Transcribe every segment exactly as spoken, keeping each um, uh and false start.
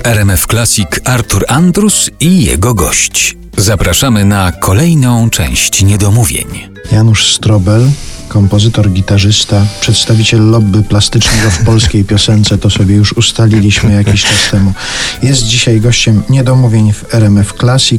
R M F Classic Artur Andrus i jego gość. Zapraszamy na kolejną część Niedomówień. Janusz Strobel, kompozytor, gitarzysta, przedstawiciel lobby plastycznego w polskiej piosence, to sobie już ustaliliśmy jakiś czas temu. Jest dzisiaj gościem Niedomówień w R M F Classic.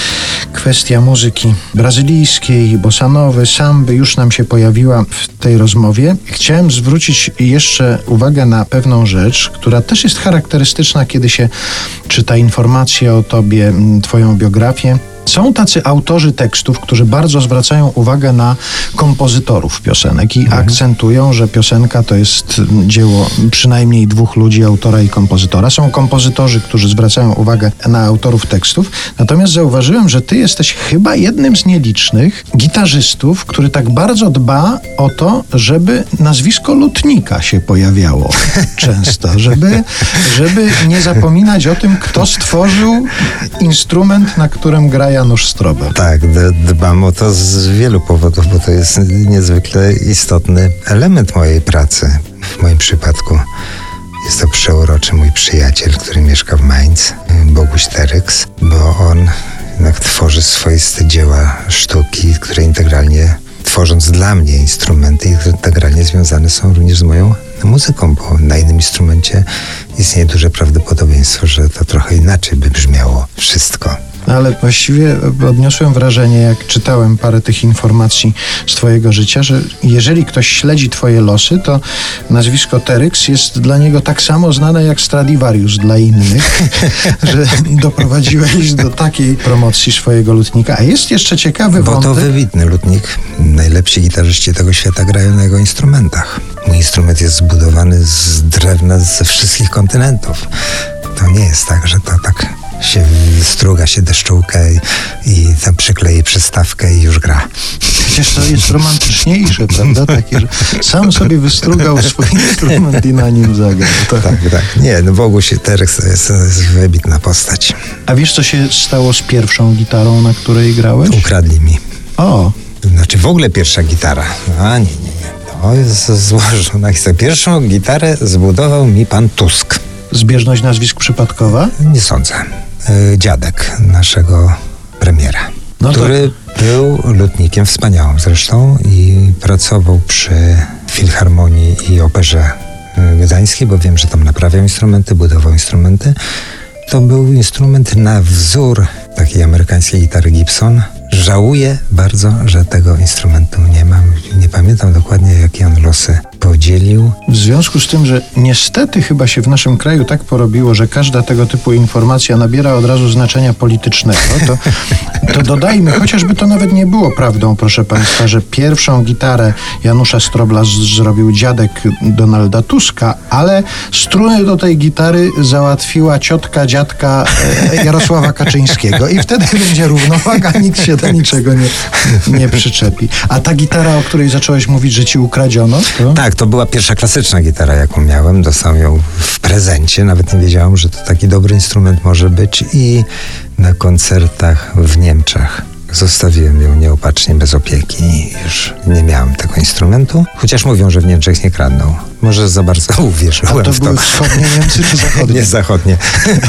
Kwestia muzyki brazylijskiej, bossanowy, samby już nam się pojawiła w tej rozmowie. Chciałem zwrócić jeszcze uwagę na pewną rzecz, która też jest charakterystyczna, kiedy się czyta informacje o tobie, twoją biografię. Są tacy autorzy tekstów, którzy bardzo zwracają uwagę na kompozytorów piosenek i mhm. akcentują, że piosenka to jest dzieło przynajmniej dwóch ludzi, autora i kompozytora. Są kompozytorzy, którzy zwracają uwagę na autorów tekstów. Natomiast zauważyłem, że ty jesteś chyba jednym z nielicznych gitarzystów, który tak bardzo dba o to, żeby nazwisko lutnika się pojawiało często, żeby, żeby nie zapominać o tym, kto stworzył instrument, na którym gra Janusz Strobel. Tak, dbam o to z wielu powodów, bo to jest niezwykle istotny element mojej pracy. W moim przypadku jest to przeuroczy mój przyjaciel, który mieszka w Mainz, Boguś Teryks, bo on jednak tworzy swoiste dzieła sztuki, które integralnie, tworząc dla mnie instrumenty, integralnie związane są również z moją muzyką, bo na innym instrumencie istnieje duże prawdopodobieństwo, że to trochę inaczej by brzmiało wszystko. Ale właściwie odniosłem wrażenie, jak czytałem parę tych informacji z twojego życia, że jeżeli ktoś śledzi twoje losy, to nazwisko Teryks jest dla niego tak samo znane jak Stradivarius dla innych, że doprowadziłeś do takiej promocji swojego lutnika. A jest jeszcze ciekawy Bo wątek. Bo to wybitny lutnik. Najlepsi gitarzyści tego świata grają na jego instrumentach. Mój instrument jest zbudowany z drewna ze wszystkich kontynentów. To nie jest tak, że to tak się struga się deszczułkę i, i tam przyklei przystawkę i już gra. Przecież to jest romantyczniejsze, prawda? Takie, że sam sobie wystrugał swój instrument i na nim zagrał. Tak, tak. tak. Nie, no Boguś Teryks to jest, to jest wybitna postać. A wiesz, co się stało z pierwszą gitarą, na której grałeś? Ukradli mi. O! Znaczy w ogóle pierwsza gitara. A nie, nie, nie. To jest złożona historia. Pierwszą gitarę zbudował mi pan Tusk. Zbieżność nazwisk przypadkowa? Nie sądzę. Yy, dziadek naszego premiera, no który tak. był lutnikiem wspaniałym zresztą i pracował przy Filharmonii i Operze Gdańskiej, bo wiem, że tam naprawiał instrumenty, budował instrumenty. To był instrument na wzór takiej amerykańskiej gitary Gibson. Żałuję bardzo, że tego instrumentu nie mam. Nie pamiętam dokładnie, jakie on losy podzielił. W związku z tym, że niestety chyba się w naszym kraju tak porobiło, że każda tego typu informacja nabiera od razu znaczenia politycznego, to, to dodajmy, chociażby to nawet nie było prawdą, proszę państwa, że pierwszą gitarę Janusza Strobla z- zrobił dziadek Donalda Tuska, ale struny do tej gitary załatwiła ciotka dziadka e, Jarosława Kaczyńskiego i wtedy będzie równowaga, nikt się do niczego nie, nie przyczepi. A ta gitara, o której zacząłeś mówić, że ci ukradziono? To? Tak, to była pierwsza klasyczna gitara, jaką miałem. Dostałem ją w prezencie. Nawet nie wiedziałem, że to taki dobry instrument może być. I na koncertach w Niemczech zostawiłem ją nieopatrznie, bez opieki. Już nie miałem tego instrumentu. Chociaż mówią, że w Niemczech nie kradną. Może za bardzo uwierzyłem A to w to. były wschodnie Niemcy czy zachodnie? Nie, zachodnie.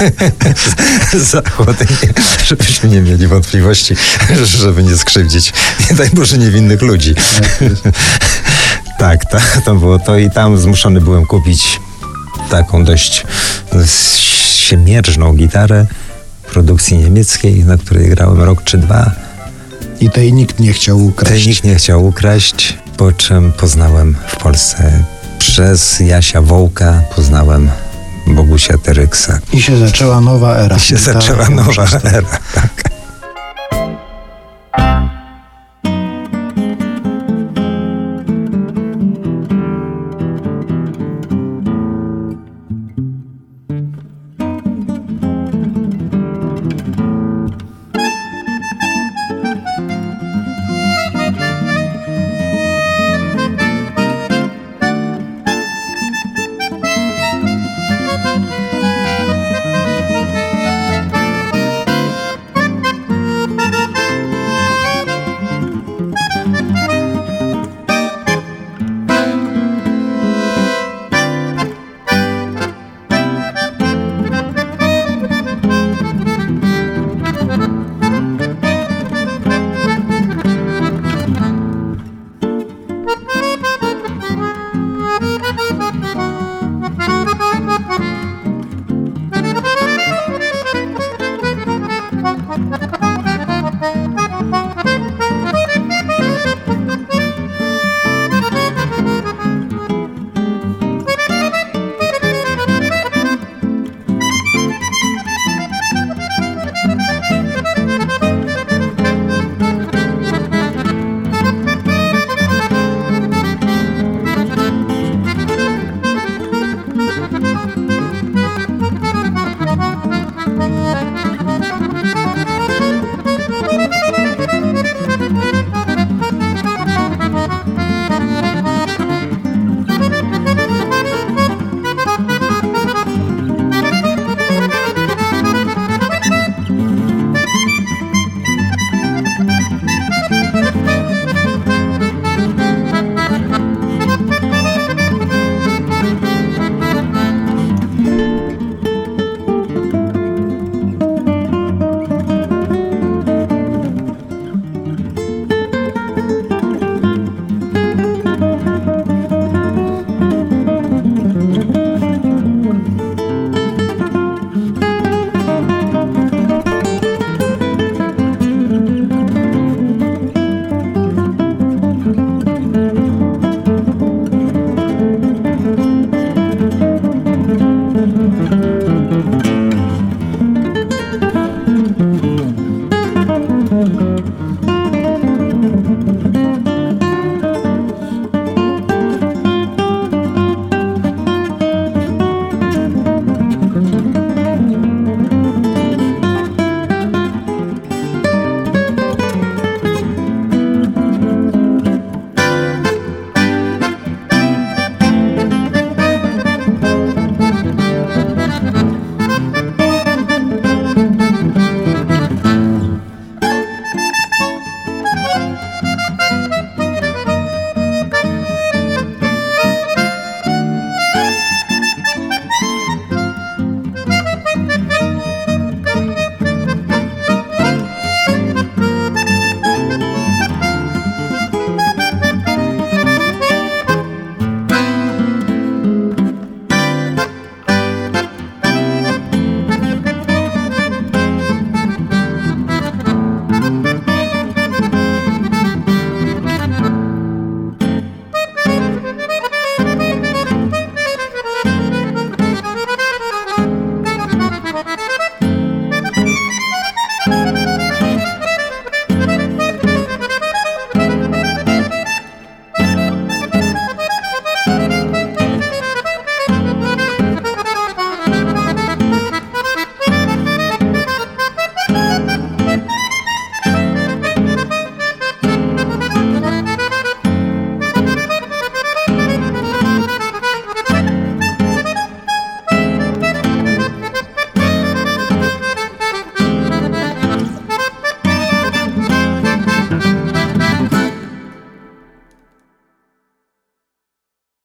Zachodnie. Żebyśmy nie mieli wątpliwości, żeby nie skrzywdzić, nie daj Boże, niewinnych ludzi. Tak, to, to było to i tam zmuszony byłem kupić taką dość siemierzną gitarę produkcji niemieckiej, na której grałem rok czy dwa. I tej nikt nie chciał ukraść. Tej nikt nie chciał ukraść, po czym poznałem w Polsce przez Jasia Wołka, poznałem Bogusia Teryksa. I się zaczęła nowa era. I się zaczęła nowa era, tak.